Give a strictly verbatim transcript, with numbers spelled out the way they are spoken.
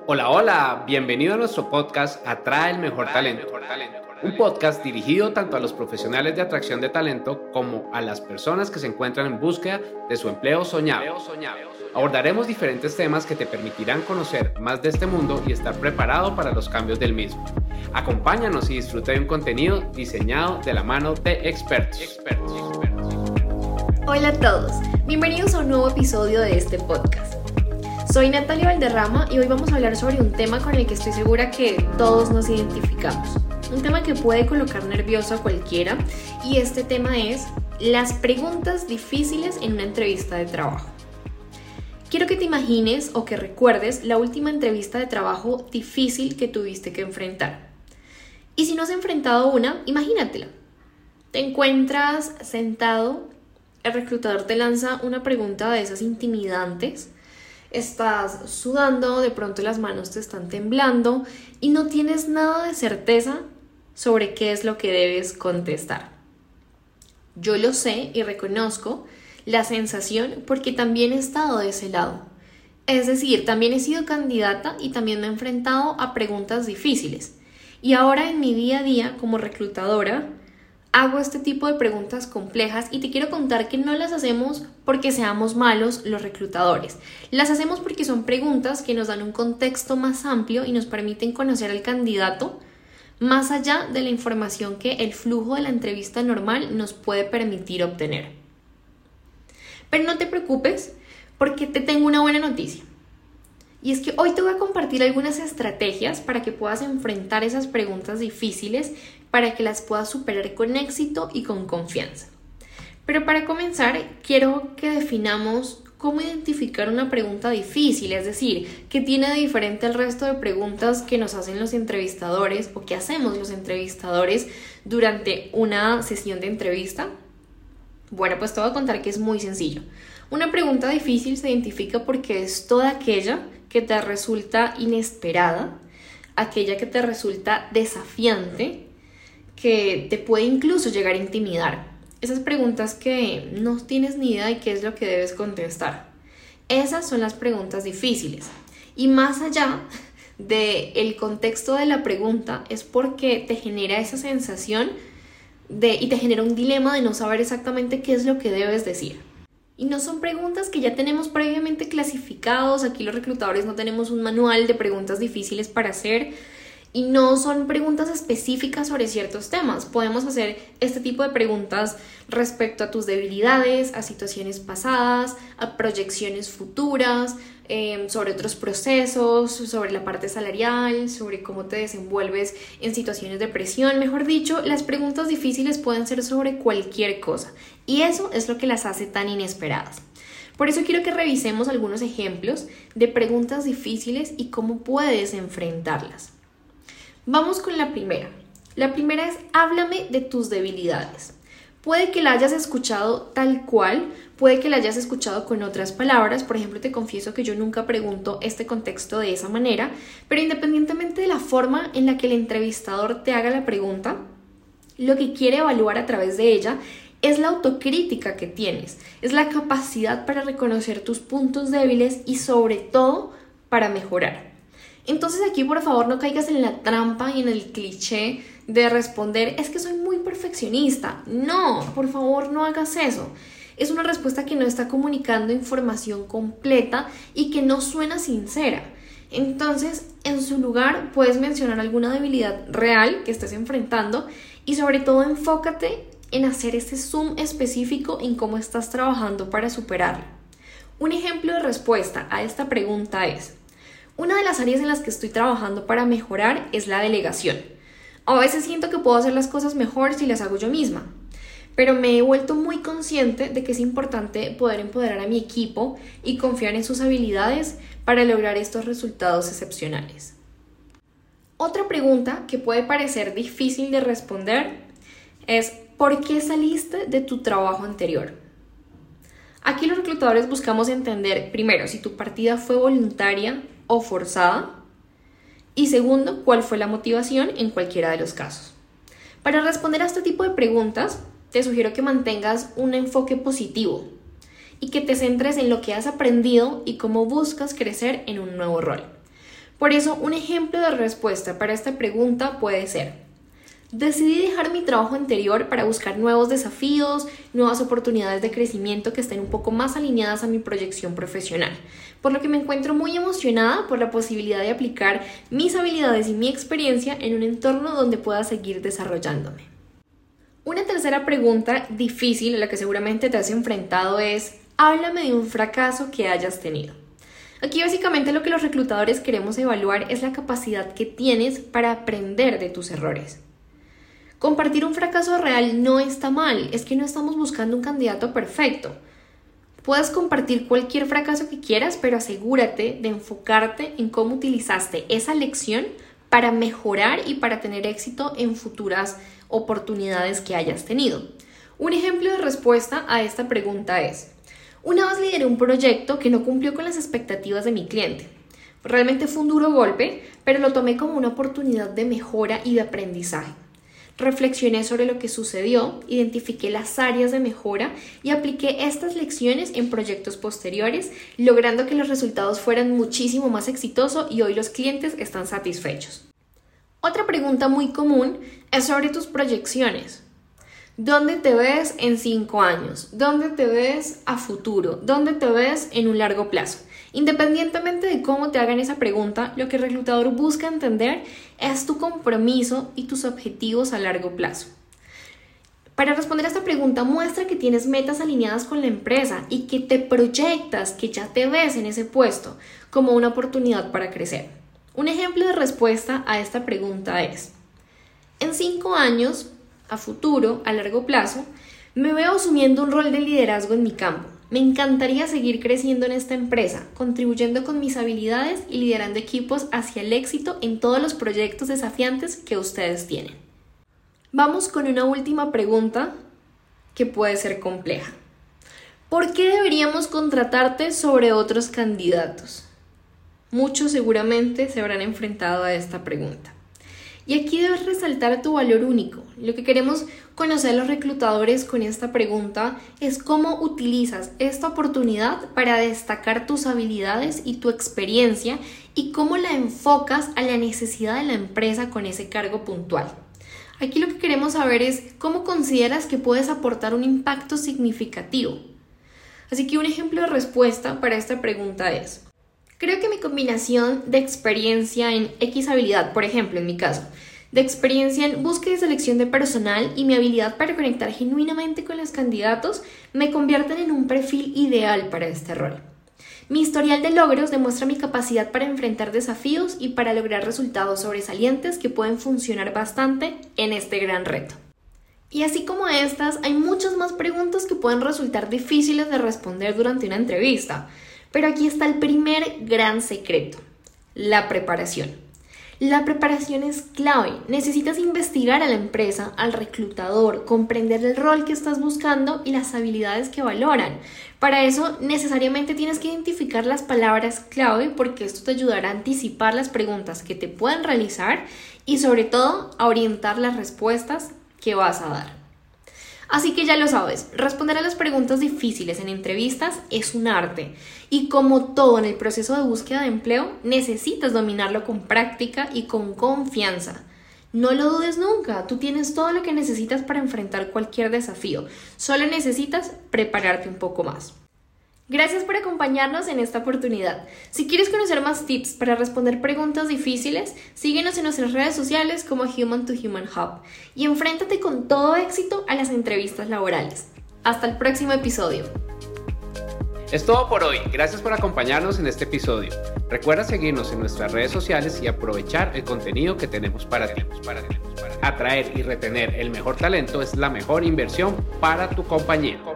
Hola, hola, bienvenido a nuestro podcast Atrae el Mejor Talento, un podcast dirigido tanto a los profesionales de atracción de talento como a las personas que se encuentran en búsqueda de su empleo soñado. Abordaremos diferentes temas que te permitirán conocer más de este mundo y estar preparado para los cambios del mismo. Acompáñanos y disfruta de un contenido diseñado de la mano de expertos. Hola a todos, bienvenidos a un nuevo episodio de este podcast. Soy Natalia Valderrama y hoy vamos a hablar sobre un tema con el que estoy segura que todos nos identificamos. Un tema que puede colocar nervioso a cualquiera, y este tema es las preguntas difíciles en una entrevista de trabajo. Quiero que te imagines o que recuerdes la última entrevista de trabajo difícil que tuviste que enfrentar. Y si no has enfrentado una, imagínatela. Te encuentras sentado, el reclutador te lanza una pregunta de esas intimidantes, estás sudando, de pronto las manos te están temblando y no tienes nada de certeza sobre qué es lo que debes contestar. Yo lo sé y reconozco la sensación porque también he estado de ese lado. Es decir, también he sido candidata y también me he enfrentado a preguntas difíciles. Y ahora en mi día a día como reclutadora hago este tipo de preguntas complejas y te quiero contar que no las hacemos porque seamos malos los reclutadores. Las hacemos porque son preguntas que nos dan un contexto más amplio y nos permiten conocer al candidato más allá de la información que el flujo de la entrevista normal nos puede permitir obtener. Pero no te preocupes porque te tengo una buena noticia. Y es que hoy te voy a compartir algunas estrategias para que puedas enfrentar esas preguntas difíciles, para que las puedas superar con éxito y con confianza. Pero para comenzar, quiero que definamos cómo identificar una pregunta difícil, es decir, qué tiene de diferente al resto de preguntas que nos hacen los entrevistadores o que hacemos los entrevistadores durante una sesión de entrevista. Bueno, pues te voy a contar que es muy sencillo. Una pregunta difícil se identifica porque es toda aquella que te resulta inesperada, aquella que te resulta desafiante, que te puede incluso llegar a intimidar. Esas preguntas que no tienes ni idea de qué es lo que debes contestar. Esas son las preguntas difíciles. Y más allá del contexto de la pregunta, es porque te genera esa sensación de, y te genera un dilema de no saber exactamente qué es lo que debes decir. Y no son preguntas que ya tenemos previamente clasificados. Aquí los reclutadores no tenemos un manual de preguntas difíciles para hacer. Y no son preguntas específicas sobre ciertos temas. Podemos hacer este tipo de preguntas respecto a tus debilidades, a situaciones pasadas, a proyecciones futuras, eh, sobre otros procesos, sobre la parte salarial, sobre cómo te desenvuelves en situaciones de presión. Mejor dicho, las preguntas difíciles pueden ser sobre cualquier cosa. Y eso es lo que las hace tan inesperadas. Por eso quiero que revisemos algunos ejemplos de preguntas difíciles y cómo puedes enfrentarlas. Vamos con la primera. La primera es: háblame de tus debilidades. Puede que la hayas escuchado tal cual, puede que la hayas escuchado con otras palabras. Por ejemplo, te confieso que yo nunca pregunto este contexto de esa manera, pero independientemente de la forma en la que el entrevistador te haga la pregunta, lo que quiere evaluar a través de ella es la autocrítica que tienes, es la capacidad para reconocer tus puntos débiles y sobre todo para mejorar. Entonces aquí por favor no caigas en la trampa y en el cliché de responder es que soy muy perfeccionista. No, por favor no hagas eso. Es una respuesta que no está comunicando información completa y que no suena sincera. Entonces, en su lugar puedes mencionar alguna debilidad real que estés enfrentando y sobre todo enfócate en hacer ese zoom específico en cómo estás trabajando para superarla. Un ejemplo de respuesta a esta pregunta es: una de las áreas en las que estoy trabajando para mejorar es la delegación. A veces siento que puedo hacer las cosas mejor si las hago yo misma, pero me he vuelto muy consciente de que es importante poder empoderar a mi equipo y confiar en sus habilidades para lograr estos resultados excepcionales. Otra pregunta que puede parecer difícil de responder es: ¿por qué saliste de tu trabajo anterior? Aquí los reclutadores buscamos entender, primero, si tu partida fue voluntaria o forzada, y segundo, cuál fue la motivación en cualquiera de los casos. Para responder a este tipo de preguntas, te sugiero que mantengas un enfoque positivo y que te centres en lo que has aprendido y cómo buscas crecer en un nuevo rol. Por eso, un ejemplo de respuesta para esta pregunta puede ser: decidí dejar mi trabajo anterior para buscar nuevos desafíos, nuevas oportunidades de crecimiento que estén un poco más alineadas a mi proyección profesional, por lo que me encuentro muy emocionada por la posibilidad de aplicar mis habilidades y mi experiencia en un entorno donde pueda seguir desarrollándome. Una tercera pregunta difícil a la que seguramente te has enfrentado es: háblame de un fracaso que hayas tenido. Aquí básicamente lo que los reclutadores queremos evaluar es la capacidad que tienes para aprender de tus errores. Compartir un fracaso real no está mal, es que no estamos buscando un candidato perfecto. Puedes compartir cualquier fracaso que quieras, pero asegúrate de enfocarte en cómo utilizaste esa lección para mejorar y para tener éxito en futuras oportunidades que hayas tenido. Un ejemplo de respuesta a esta pregunta es: una vez lideré un proyecto que no cumplió con las expectativas de mi cliente. Realmente fue un duro golpe, pero lo tomé como una oportunidad de mejora y de aprendizaje. Reflexioné sobre lo que sucedió, identifiqué las áreas de mejora y apliqué estas lecciones en proyectos posteriores, logrando que los resultados fueran muchísimo más exitosos y hoy los clientes están satisfechos. Otra pregunta muy común es sobre tus proyecciones. ¿Dónde te ves en cinco años? ¿Dónde te ves a futuro? ¿Dónde te ves en un largo plazo? Independientemente de cómo te hagan esa pregunta, lo que el reclutador busca entender es tu compromiso y tus objetivos a largo plazo. Para responder a esta pregunta, muestra que tienes metas alineadas con la empresa y que te proyectas, que ya te ves en ese puesto como una oportunidad para crecer. Un ejemplo de respuesta a esta pregunta es: en cinco años, a futuro, a largo plazo, me veo asumiendo un rol de liderazgo en mi campo. Me encantaría seguir creciendo en esta empresa, contribuyendo con mis habilidades y liderando equipos hacia el éxito en todos los proyectos desafiantes que ustedes tienen. Vamos con una última pregunta que puede ser compleja. ¿Por qué deberíamos contratarte sobre otros candidatos? Muchos seguramente se habrán enfrentado a esta pregunta. Y aquí debes resaltar tu valor único. Lo que queremos conocer los reclutadores con esta pregunta es cómo utilizas esta oportunidad para destacar tus habilidades y tu experiencia y cómo la enfocas a la necesidad de la empresa con ese cargo puntual. Aquí lo que queremos saber es cómo consideras que puedes aportar un impacto significativo. Así que un ejemplo de respuesta para esta pregunta es: creo que mi combinación de experiencia en X habilidad, por ejemplo, en mi caso, de experiencia en búsqueda y selección de personal y mi habilidad para conectar genuinamente con los candidatos me convierten en un perfil ideal para este rol. Mi historial de logros demuestra mi capacidad para enfrentar desafíos y para lograr resultados sobresalientes que pueden funcionar bastante en este gran reto. Y así como estas, hay muchas más preguntas que pueden resultar difíciles de responder durante una entrevista. Pero aquí está el primer gran secreto: la preparación. La preparación es clave. Necesitas investigar a la empresa, al reclutador, comprender el rol que estás buscando y las habilidades que valoran. Para eso, necesariamente tienes que identificar las palabras clave, porque esto te ayudará a anticipar las preguntas que te pueden realizar y, sobre todo, a orientar las respuestas que vas a dar. Así que ya lo sabes, responder a las preguntas difíciles en entrevistas es un arte y, como todo en el proceso de búsqueda de empleo, necesitas dominarlo con práctica y con confianza. No lo dudes nunca, tú tienes todo lo que necesitas para enfrentar cualquier desafío, solo necesitas prepararte un poco más. Gracias por acompañarnos en esta oportunidad. Si quieres conocer más tips para responder preguntas difíciles, síguenos en nuestras redes sociales como Human to Human Hub y enfréntate con todo éxito a las entrevistas laborales. Hasta el próximo episodio. Es todo por hoy. Gracias por acompañarnos en este episodio. Recuerda seguirnos en nuestras redes sociales y aprovechar el contenido que tenemos para ti. Atraer y retener el mejor talento es la mejor inversión para tu compañía.